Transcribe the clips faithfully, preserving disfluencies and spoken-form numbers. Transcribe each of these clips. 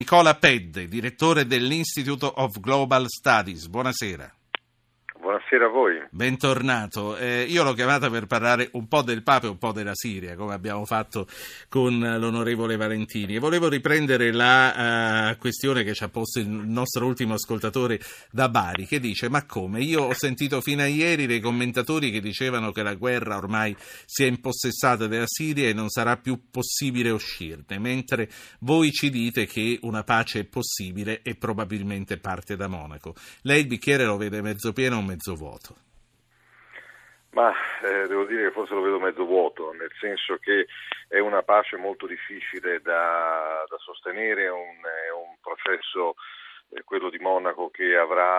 Nicola Pedde, direttore dell'Institute of Global Studies. Buonasera. Buonasera a voi. Bentornato. Eh, io l'ho chiamata per parlare un po' del Papa e un po' della Siria, come abbiamo fatto con l'onorevole Valentini. E volevo riprendere la uh, questione che ci ha posto il nostro ultimo ascoltatore da Bari, che dice: ma come? Io ho sentito fino a ieri dei commentatori che dicevano che la guerra ormai si è impossessata della Siria e non sarà più possibile uscirne, mentre voi ci dite che una pace è possibile e probabilmente parte da Monaco. Lei il bicchiere lo vede mezzo pieno o mezzo vuoto? Ma eh, devo dire che forse lo vedo mezzo vuoto, nel senso che è una pace molto difficile da, da sostenere, è un, è un processo, eh, quello di Monaco, che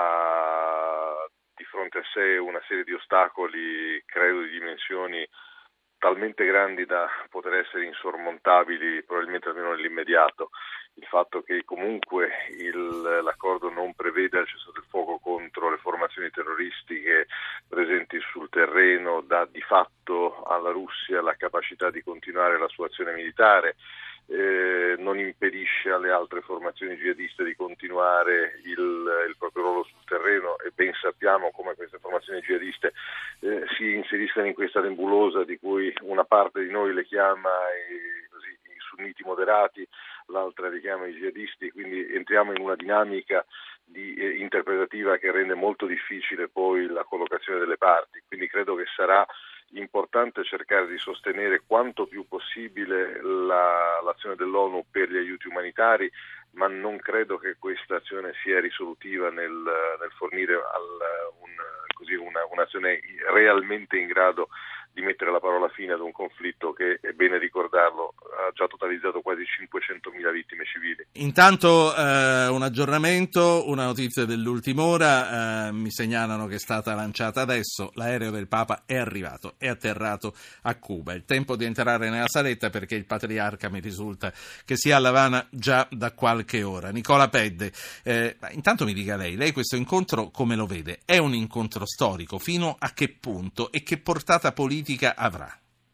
avrà di fronte a sé una serie di ostacoli, credo di dimensioni talmente grandi da poter essere insormontabili, probabilmente almeno nell'immediato. Il fatto che comunque il, l'accordo non preveda il cessate il fuoco contro le formazioni terroristiche presenti sul terreno dà di fatto alla Russia la capacità di continuare la sua azione militare, eh, non impedisce alle altre formazioni jihadiste di continuare il, il proprio ruolo sul terreno, e ben sappiamo come queste formazioni jihadiste eh, si inseriscano in questa nebulosa di cui una parte di noi le chiama i, così, i sunniti moderati, l'altra li chiama i jihadisti, quindi entriamo in una dinamica di, eh, interpretativa che rende molto difficile poi la collocazione delle parti, quindi credo che sarà importante cercare di sostenere quanto più possibile la, l'azione dell'ONU per gli aiuti umanitari, ma non credo che questa azione sia risolutiva nel, nel fornire al, un, così una, un'azione realmente in grado di mettere la parola fine ad un conflitto che, è bene ricordarlo, ha già totalizzato quasi cinquecentomila vittime civili. Intanto eh, un aggiornamento, una notizia dell'ultima ora, eh, mi segnalano che è stata lanciata adesso, l'aereo del Papa è arrivato, è atterrato a Cuba. È il tempo di entrare nella saletta perché il patriarca mi risulta che sia a L'Avana già da qualche ora. Nicola Pedde, eh, intanto mi dica lei, lei questo incontro come lo vede? È un incontro storico? Fino a che punto e che portata politica avrà?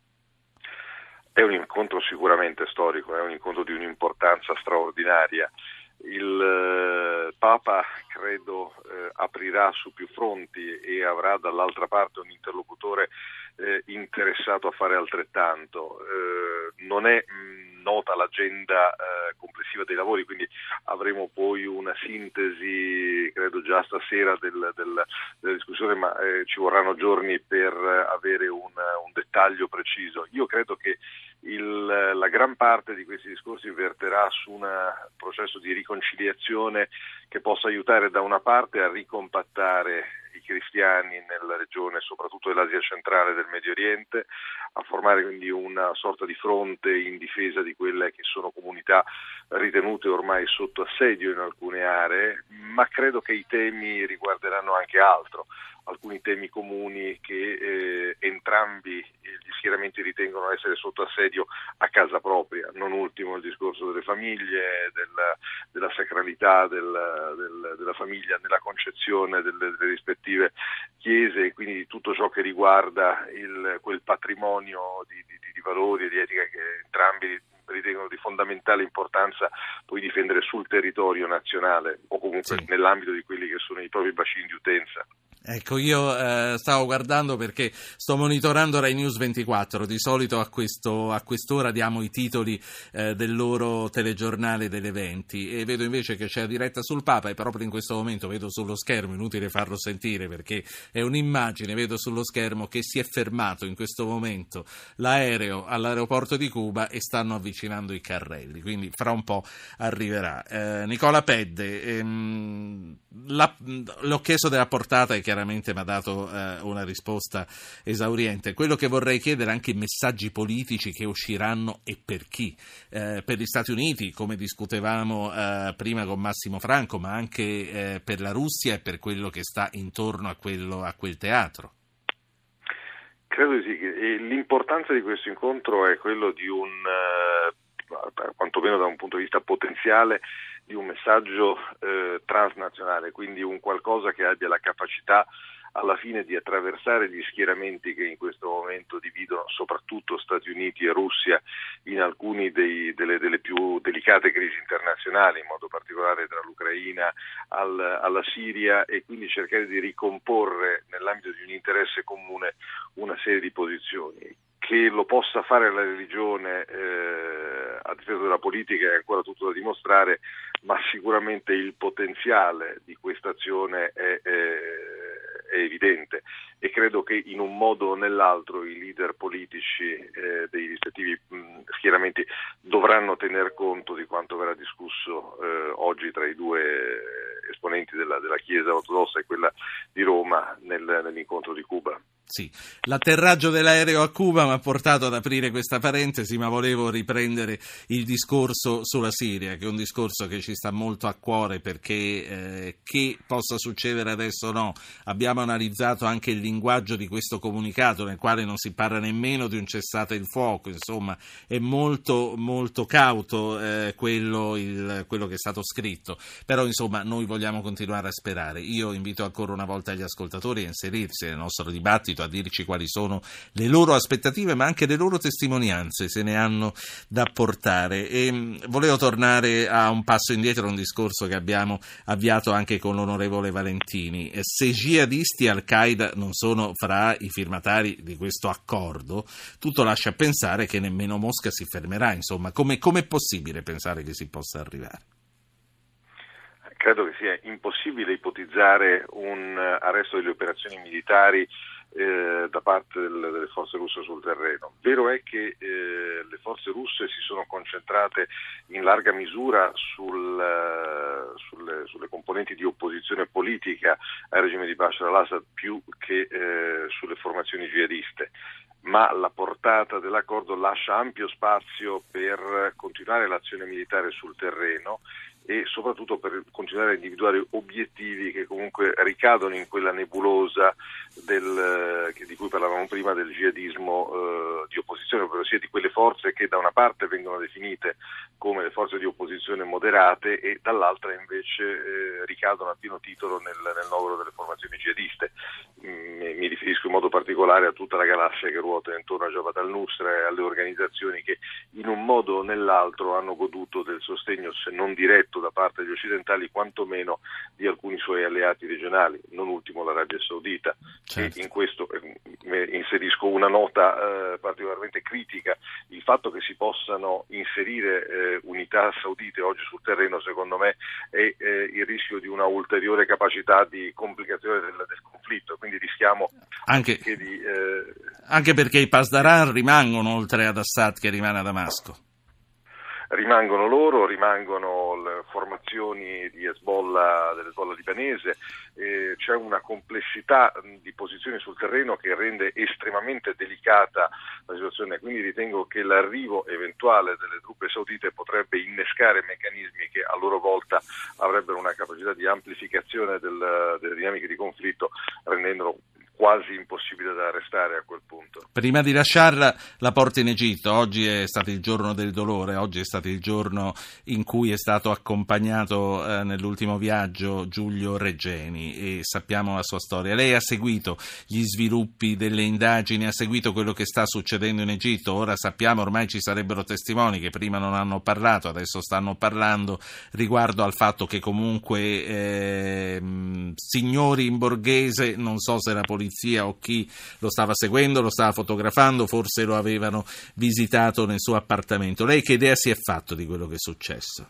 È un incontro sicuramente storico, è un incontro di un'importanza straordinaria. Il eh, Papa credo eh, aprirà su più fronti e avrà dall'altra parte un interlocutore eh, interessato a fare altrettanto. Eh, non è mh, nota l'agenda eh, complessiva dei lavori, quindi avremo poi una sintesi, credo già stasera, del, del, della discussione, ma eh, ci vorranno giorni per avere un, un dettaglio preciso. Io credo che il, la gran parte di questi discorsi verterà su un processo di riconciliazione che possa aiutare da una parte a ricompattare i cristiani nella regione, soprattutto dell'Asia centrale e del Medio Oriente, a formare quindi una sorta di fronte in difesa di quelle che sono comunità ritenute ormai sotto assedio in alcune aree, ma credo che i temi riguarderanno anche altro, alcuni temi comuni che eh, entrambi gli schieramenti ritengono essere sotto assedio a casa propria, non ultimo il discorso delle famiglie, della, della sacralità del, del, della famiglia nella concezione delle, delle rispettive chiese, e quindi di tutto ciò che riguarda il, quel patrimonio di, di, di valori e di etica che entrambi ritengono di fondamentale importanza poi difendere sul territorio nazionale o comunque sì, nell'ambito di quelli che sono i propri bacini di utenza. Ecco, io eh, stavo guardando perché sto monitorando Rai News ventiquattro, di solito a, questo, a quest'ora diamo i titoli eh, del loro telegiornale delle venti, e vedo invece che c'è la diretta sul Papa, e proprio in questo momento vedo sullo schermo, inutile farlo sentire perché è un'immagine, vedo sullo schermo che si è fermato in questo momento l'aereo all'aeroporto di Cuba e stanno avvicinando i carrelli, quindi fra un po' arriverà. Eh, Nicola Pedde, ehm, la, l'ho chiesto della portata e chiaramente mi ha dato eh, una risposta esauriente. Quello che vorrei chiedere è anche i messaggi politici che usciranno e per chi. Eh, per gli Stati Uniti, come discutevamo eh, prima con Massimo Franco, ma anche eh, per la Russia e per quello che sta intorno a, quello, a quel teatro. Credo di sì, che l'importanza di questo incontro è quello di un, eh, quantomeno da un punto di vista potenziale, di un messaggio eh, transnazionale, quindi un qualcosa che abbia la capacità alla fine di attraversare gli schieramenti che in questo momento dividono soprattutto Stati Uniti e Russia in alcuni dei, delle, delle più delicate crisi internazionali, in modo particolare tra l'Ucraina al, alla Siria, e quindi cercare di ricomporre nell'ambito di un interesse comune una serie di posizioni. Che lo possa fare la religione eh, a difesa della politica è ancora tutto da dimostrare, ma sicuramente il potenziale di questa azione è, è, è evidente, e credo che in un modo o nell'altro i leader politici eh, dei rispettivi mh, schieramenti dovranno tener conto di quanto verrà discusso eh, oggi tra i due esponenti della, della Chiesa ortodossa e quella di Roma nel, nell'incontro di Cuba. Sì, l'atterraggio dell'aereo a Cuba mi ha portato ad aprire questa parentesi, ma volevo riprendere il discorso sulla Siria, che è un discorso che ci sta molto a cuore, perché eh, che possa succedere adesso no. Abbiamo analizzato anche il linguaggio di questo comunicato, nel quale non si parla nemmeno di un cessate il fuoco, insomma è molto molto cauto eh, quello, il, quello che è stato scritto, però insomma noi vogliamo continuare a sperare. Io invito ancora una volta gli ascoltatori a inserirsi nel nostro dibattito, a dirci quali sono le loro aspettative, ma anche le loro testimonianze, se ne hanno da portare. E mh, volevo tornare a un passo indietro, a un discorso che abbiamo avviato anche con l'onorevole Valentini. E se jihadisti e Al-Qaeda non sono fra i firmatari di questo accordo, tutto lascia pensare che nemmeno Mosca si fermerà. Insomma, come è possibile pensare che si possa arrivare? Credo che sia impossibile ipotizzare un arresto delle operazioni militari Eh, da parte del, delle forze russe sul terreno. Vero è che eh, le forze russe si sono concentrate in larga misura sul, uh, sulle, sulle componenti di opposizione politica al regime di Bashar al-Assad più che eh, sulle formazioni jihadiste, ma la portata dell'accordo lascia ampio spazio per continuare l'azione militare sul terreno e soprattutto per continuare a individuare obiettivi che comunque ricadono in quella nebulosa del, che, di cui parlavamo prima, del jihadismo eh, di opposizione, ovvero sia di quelle forze che da una parte vengono definite come le forze di opposizione moderate e dall'altra invece eh, ricadono a pieno titolo nel, nel novero delle formazioni jihadiste. Mm, mi riferisco in modo particolare a tutta la galassia che ruota intorno a Jabhat al-Nusra e alle organizzazioni che in un modo o nell'altro hanno goduto del sostegno, se non diretto da parte degli occidentali, quantomeno di alcuni suoi alleati regionali, non ultimo l'Arabia Saudita. Certo. E in questo eh, inserisco una nota eh, particolarmente critica: il fatto che si possano inserire eh, unità saudite oggi sul terreno, secondo me, è eh, il rischio di una ulteriore capacità di complicazione del, del conflitto, quindi rischiamo anche, di, eh... anche perché i Pasdaran rimangono, oltre ad Assad che rimane a Damasco. Rimangono loro, rimangono le formazioni di Hezbollah, dell'Hezbollah libanese, eh, c'è una complessità di posizioni sul terreno che rende estremamente delicata la situazione, quindi ritengo che l'arrivo eventuale delle truppe saudite potrebbe innescare meccanismi che a loro volta avrebbero una capacità di amplificazione del, delle dinamiche di conflitto, rendendolo quasi impossibile da arrestare a quel punto. Prima di lasciarla, la porta in Egitto. Oggi è stato il giorno del dolore, oggi è stato il giorno in cui è stato accompagnato eh, nell'ultimo viaggio Giulio Regeni, e sappiamo la sua storia. Lei ha seguito gli sviluppi delle indagini, ha seguito quello che sta succedendo in Egitto. Ora sappiamo, ormai ci sarebbero testimoni che prima non hanno parlato, adesso stanno parlando riguardo al fatto che comunque eh, signori in borghese, non so se la polizia o chi lo stava seguendo, lo stava fotografando, forse lo avevano visitato nel suo appartamento. Lei che idea si è fatto di quello che è successo?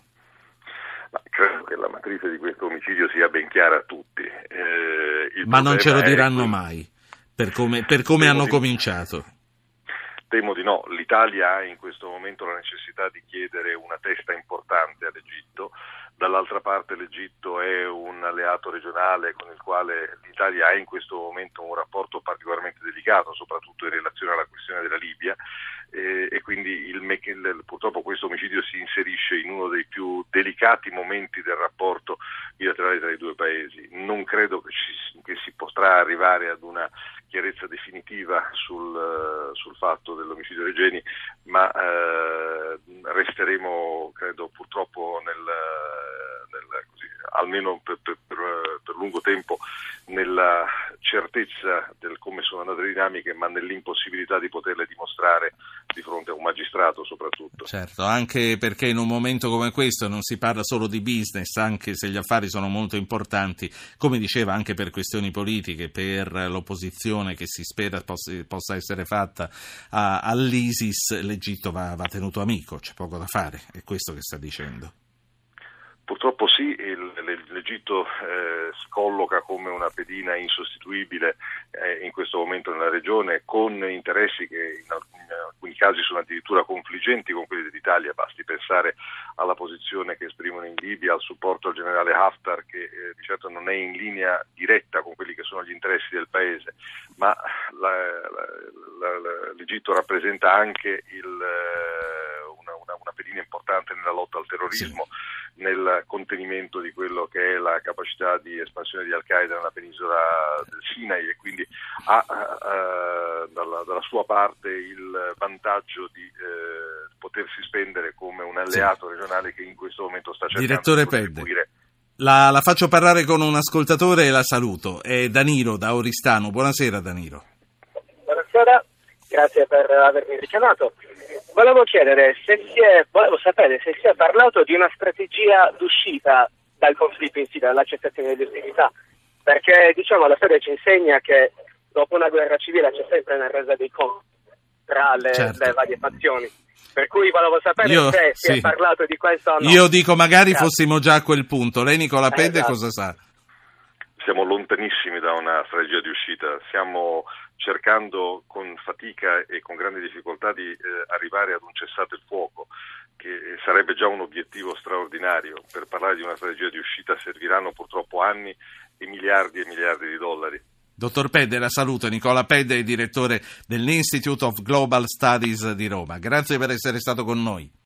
Ma credo che la matrice di questo omicidio sia ben chiara a tutti. Eh, il Ma non ce lo diranno è... mai, per come, per come hanno di... cominciato. Temo di no. L'Italia ha in questo momento la necessità di chiedere una testa importante all'Egitto. Dall'altra parte l'Egitto è un alleato regionale con il quale l'Italia ha in questo momento un rapporto particolarmente delicato, soprattutto in relazione alla questione della Libia, eh, e quindi il, il, purtroppo questo omicidio si inserisce in uno dei più delicati momenti del rapporto bilaterale tra i due paesi. Non credo che, ci, che si potrà arrivare ad una chiarezza definitiva sul, sul fatto dell'omicidio Regeni, ma eh, resteremo, credo, purtroppo nel, nel così, almeno per, per, per per lungo tempo nella certezza del come sono andate le dinamiche, ma nell'impossibilità di poterle dimostrare di fronte a un magistrato soprattutto. Certo, anche perché in un momento come questo non si parla solo di business, anche se gli affari sono molto importanti, come diceva, anche per questioni politiche, per l'opposizione che si spera possa, possa essere fatta a, all'ISIS, l'Egitto va, va tenuto amico, c'è poco da fare, è questo che sta dicendo. Purtroppo sì, il, l'Egitto eh, si colloca come una pedina insostituibile eh, in questo momento nella regione, con interessi che in alcuni, in alcuni casi sono addirittura confliggenti con quelli dell'Italia. Basti pensare alla posizione che esprimono in Libia, al supporto al generale Haftar, che eh, di certo non è in linea diretta con quelli che sono gli interessi del paese, ma la, la, la, l'Egitto rappresenta anche il, una, una, una pedina importante nella lotta al terrorismo, sì, nel contenimento di quello che è la capacità di espansione di Al-Qaeda nella penisola del Sinai, e quindi ha uh, dalla, dalla sua parte il vantaggio di uh, potersi spendere come un alleato, sì, regionale che in questo momento sta cercando Direttore di contribuire. Pedde, la, la faccio parlare con un ascoltatore e la saluto, è Danilo da Oristano. Buonasera Danilo. Buonasera, grazie per avermi richiamato. Volevo chiedere se si è, volevo sapere se si è parlato di una strategia d'uscita dal conflitto in Siria, dall'accettazione delle ostilità, perché diciamo la storia ci insegna che dopo una guerra civile c'è sempre una resa dei conti tra le, certo, le varie fazioni, per cui volevo sapere Io, se si sì. è parlato di questo o no. Io dico magari Grazie. fossimo già a quel punto. Lei Nicola Pedde eh, esatto. cosa sa? Siamo lontanissimi da una strategia di uscita, stiamo cercando con fatica e con grande difficoltà di eh, arrivare ad un cessate il fuoco, che sarebbe già un obiettivo straordinario. Per parlare di una strategia di uscita serviranno purtroppo anni e miliardi e miliardi di dollari. Dottor Pedde, la saluto. Nicola Pedde è direttore dell'Institute of Global Studies di Roma. Grazie per essere stato con noi.